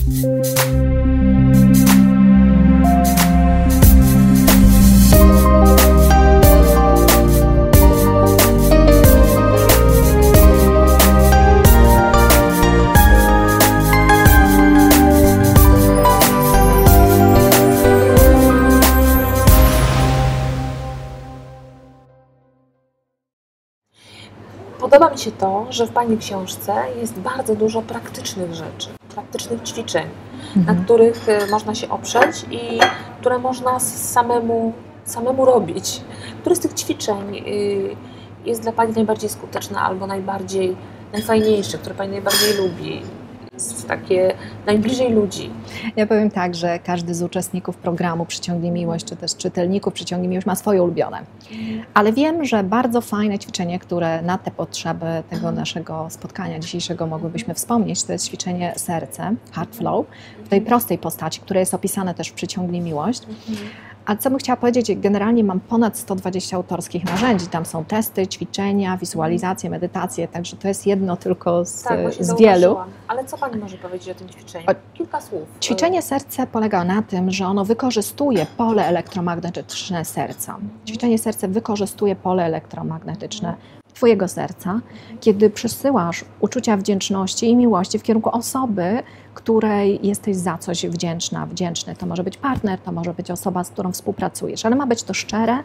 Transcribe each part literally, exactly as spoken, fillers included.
Podoba mi się to, że w Pani książce jest bardzo dużo praktycznych rzeczy, praktycznych ćwiczeń, mhm. na których można się oprzeć i które można samemu, samemu robić. Które z tych ćwiczeń jest dla Pani najbardziej skuteczne albo najbardziej, najfajniejsze, które Pani najbardziej lubi? Jest takie najbliżej ludzi. Ja powiem tak, że każdy z uczestników programu Przyciągnij Miłość, czy też czytelników Przyciągnij Miłość ma swoje ulubione. Ale wiem, że bardzo fajne ćwiczenie, które na te potrzeby tego naszego spotkania dzisiejszego mogłybyśmy wspomnieć, to jest ćwiczenie serce, Heart Flow, w tej prostej postaci, które jest opisane też w Przyciągnij Miłość. A co bym chciała powiedzieć, generalnie mam ponad sto dwadzieścia autorskich narzędzi. Tam są testy, ćwiczenia, wizualizacje, medytacje, także to jest jedno tylko z, tak, z wielu. Ale co Pani może powiedzieć o tym ćwiczeniu? Kilka słów. Ćwiczenie serce polega na tym, że ono wykorzystuje pole elektromagnetyczne serca. Ćwiczenie serce wykorzystuje pole elektromagnetyczne Twojego serca, kiedy przesyłasz uczucia wdzięczności i miłości w kierunku osoby, której jesteś za coś wdzięczna, wdzięczny. To może być partner, to może być osoba, z którą współpracujesz, ale ma być to szczere,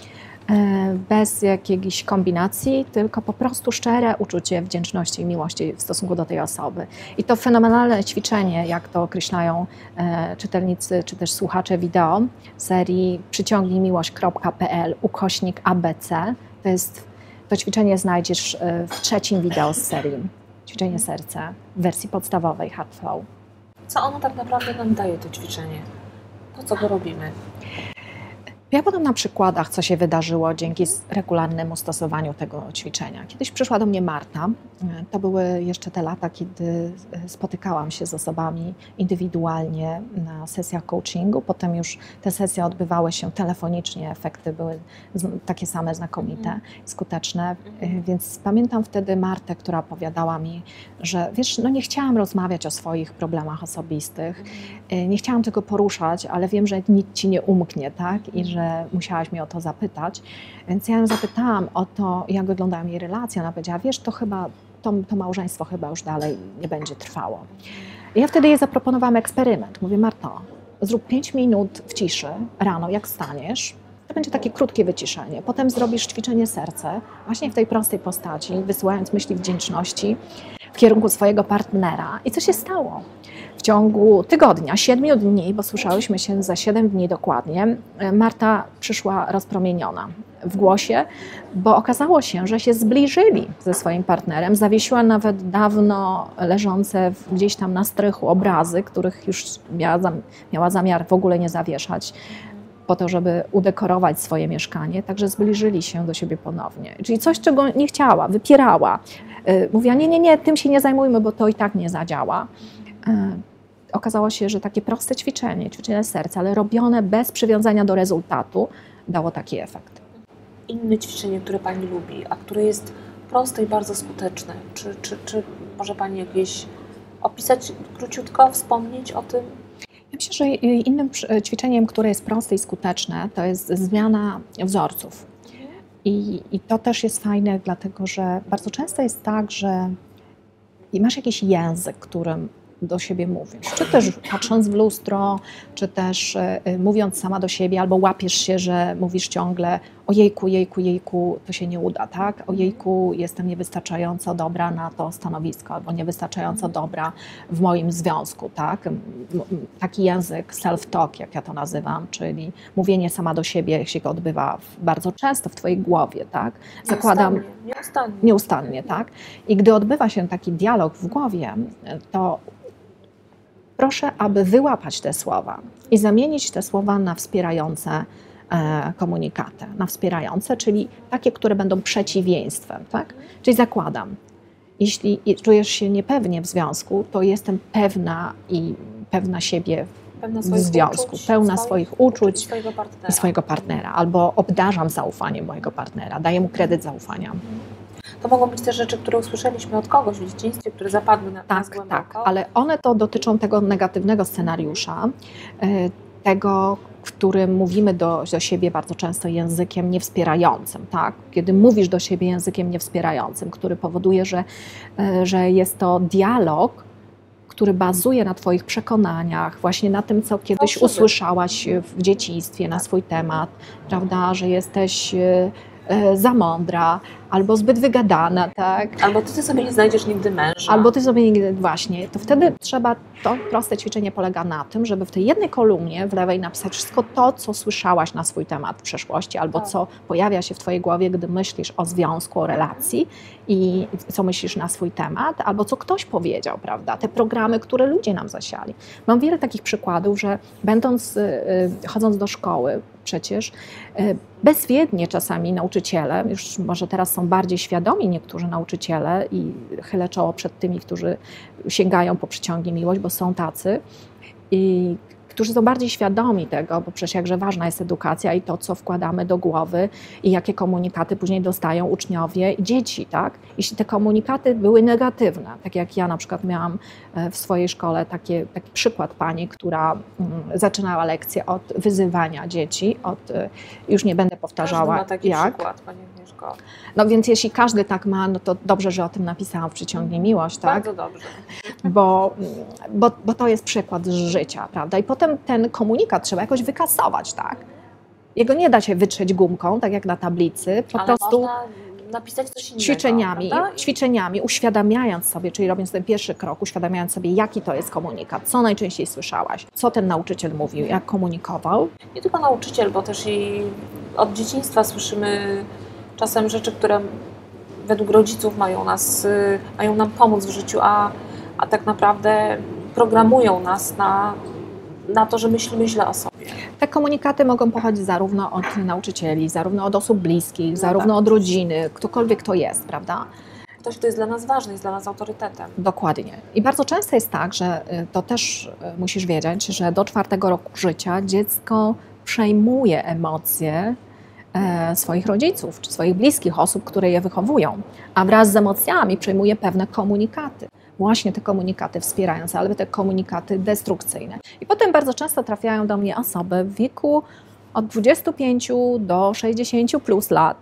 bez jakiejś kombinacji, tylko po prostu szczere uczucie wdzięczności i miłości w stosunku do tej osoby. I to fenomenalne ćwiczenie, jak to określają czytelnicy czy też słuchacze wideo serii przyciągnij miłość kropka p l ukośnik A B C. To jest To ćwiczenie znajdziesz w trzecim wideo z serii Ćwiczenie serca w wersji podstawowej Heart Flow. Co ono tak naprawdę nam daje, to ćwiczenie? Po co go robimy? Ja podam na przykładach, co się wydarzyło dzięki regularnemu stosowaniu tego ćwiczenia. Kiedyś przyszła do mnie Marta. To były jeszcze te lata, kiedy spotykałam się z osobami indywidualnie na sesjach coachingu. Potem już te sesje odbywały się telefonicznie. Efekty były takie same, znakomite, mm. skuteczne. Mm. Więc pamiętam wtedy Martę, która opowiadała mi, że wiesz, no nie chciałam rozmawiać o swoich problemach osobistych. Mm. Nie chciałam tego poruszać, ale wiem, że nic ci nie umknie, tak? I że musiałaś mnie o to zapytać. Więc ja ją zapytałam o to, jak wyglądała jej relacja. Ona powiedziała, wiesz, to chyba, to, to małżeństwo chyba już dalej nie będzie trwało. I ja wtedy jej zaproponowałam eksperyment. Mówię, Marto, zrób pięć minut w ciszy rano, jak wstaniesz. To będzie takie krótkie wyciszenie. Potem zrobisz ćwiczenie serce, właśnie w tej prostej postaci, wysyłając myśli wdzięczności w kierunku swojego partnera. I co się stało? W ciągu tygodnia, siedmiu dni, bo słyszałyśmy się za siedem dni dokładnie, Marta przyszła rozpromieniona w głosie, bo okazało się, że się zbliżyli ze swoim partnerem. Zawiesiła nawet dawno leżące gdzieś tam na strychu obrazy, których już miała, miała zamiar w ogóle nie zawieszać, po to, żeby udekorować swoje mieszkanie, także zbliżyli się do siebie ponownie. Czyli coś, czego nie chciała, wypierała. Mówiła, nie, nie, nie, tym się nie zajmujmy, bo to i tak nie zadziała. Okazało się, że takie proste ćwiczenie, ćwiczenie serca, ale robione bez przywiązania do rezultatu, dało taki efekt. Inne ćwiczenie, które Pani lubi, a które jest proste i bardzo skuteczne, czy, czy, czy może Pani jakieś opisać króciutko, wspomnieć o tym? Ja myślę, że innym ćwiczeniem, które jest proste i skuteczne, to jest zmiana wzorców. I, I to też jest fajne, dlatego że bardzo często jest tak, że masz jakiś język, którym do siebie mówisz, czy też patrząc w lustro, czy też y, mówiąc sama do siebie, albo łapiesz się, że mówisz ciągle ojejku, jejku, jejku, to się nie uda, tak? Ojejku, jestem niewystarczająco dobra na to stanowisko, albo niewystarczająco dobra w moim związku, tak? Taki język self-talk, jak ja to nazywam, czyli mówienie sama do siebie się odbywa bardzo często w twojej głowie, tak? Zakładam nieustannie, nieustannie. nieustannie, tak? I gdy odbywa się taki dialog w głowie, to proszę, aby wyłapać te słowa i zamienić te słowa na wspierające e, komunikaty, na wspierające, czyli takie, które będą przeciwieństwem, tak? Czyli zakładam, jeśli czujesz się niepewnie w związku, to jestem pewna i pewna siebie pewna w związku, uczuć, pełna swoich, swoich uczuć i swojego partnera. i swojego partnera, albo obdarzam zaufaniem mojego partnera, daję mu kredyt zaufania. To mogą być też rzeczy, które usłyszeliśmy od kogoś w dzieciństwie, które zapadły na nas Tak, głęboko. tak, ale one to dotyczą tego negatywnego scenariusza, tego, w którym mówimy do, do siebie bardzo często językiem niewspierającym, tak? Kiedy mówisz do siebie językiem niewspierającym, który powoduje, że, że jest to dialog, który bazuje na Twoich przekonaniach, właśnie na tym, co kiedyś usłyszałaś w dzieciństwie na swój temat, prawda, że jesteś za mądra, albo zbyt wygadana, tak? Albo ty sobie nie znajdziesz nigdy męża. Albo ty sobie nigdy, właśnie. To wtedy trzeba, to proste ćwiczenie polega na tym, żeby w tej jednej kolumnie w lewej napisać wszystko to, co słyszałaś na swój temat w przeszłości, albo tak. co pojawia się w Twojej głowie, gdy myślisz o związku, o relacji i co myślisz na swój temat, albo co ktoś powiedział, prawda? Te programy, które ludzie nam zasiali. Mam wiele takich przykładów, że będąc, chodząc do szkoły, przecież bezwiednie czasami nauczyciele, już może teraz są bardziej świadomi niektórzy nauczyciele i chylę czoło przed tymi, którzy sięgają po przyciągi miłość, bo są tacy, i którzy są bardziej świadomi tego, bo przecież jakże ważna jest edukacja i to, co wkładamy do głowy i jakie komunikaty później dostają uczniowie i dzieci, tak? Jeśli te komunikaty były negatywne, tak jak ja na przykład miałam w swojej szkole takie, taki przykład pani, która um, zaczynała lekcję od wyzywania dzieci, od, już nie będę powtarzała każdy ma taki jak. przykład, pani Agnieszko. No więc jeśli każdy tak ma, no to dobrze, że o tym napisałam w Przyciągnij Miłość, tak? Bardzo dobrze. Bo, bo, bo to jest przykład z życia, prawda? I potem ten komunikat trzeba jakoś wykasować, tak? Jego nie da się wytrzeć gumką, tak jak na tablicy, po Ale prostu można napisać coś innego, ćwiczeniami, prawda? ćwiczeniami, uświadamiając sobie, czyli robiąc ten pierwszy krok, uświadamiając sobie, jaki to jest komunikat, co najczęściej słyszałaś, co ten nauczyciel mówił, jak komunikował. Nie tylko nauczyciel, bo też i od dzieciństwa słyszymy czasem rzeczy, które według rodziców mają nas, mają nam pomóc w życiu, a, a tak naprawdę programują nas na, na to, że myślimy źle o sobie. Te komunikaty mogą pochodzić zarówno od nauczycieli, zarówno od osób bliskich, No zarówno tak. od rodziny, ktokolwiek to jest, prawda? Ktoś, kto jest dla nas ważny, jest dla nas autorytetem. Dokładnie. I bardzo często jest tak, że to też musisz wiedzieć, że do czwartego roku życia dziecko przejmuje emocje swoich rodziców, czy swoich bliskich osób, które je wychowują, a wraz z emocjami przejmuje pewne komunikaty. Właśnie te komunikaty wspierające, ale te komunikaty destrukcyjne. I potem bardzo często trafiają do mnie osoby w wieku od dwudziestu pięciu do sześćdziesięciu plus lat,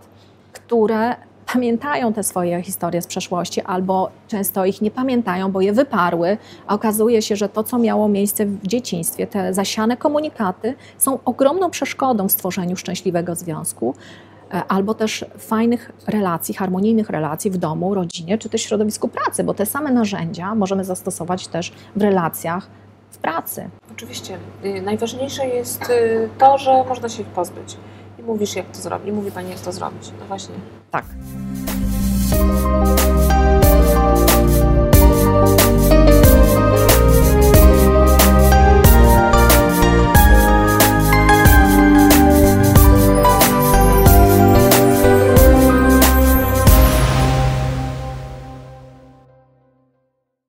które pamiętają te swoje historie z przeszłości albo często ich nie pamiętają, bo je wyparły, a okazuje się, że to, co miało miejsce w dzieciństwie, te zasiane komunikaty są ogromną przeszkodą w stworzeniu szczęśliwego związku albo też fajnych relacji, harmonijnych relacji w domu, rodzinie, czy też w środowisku pracy, bo te same narzędzia możemy zastosować też w relacjach w pracy. Oczywiście. Najważniejsze jest to, że można się ich pozbyć. I mówisz, jak to zrobić. I mówi Pani, jak to zrobić. No właśnie. Tak.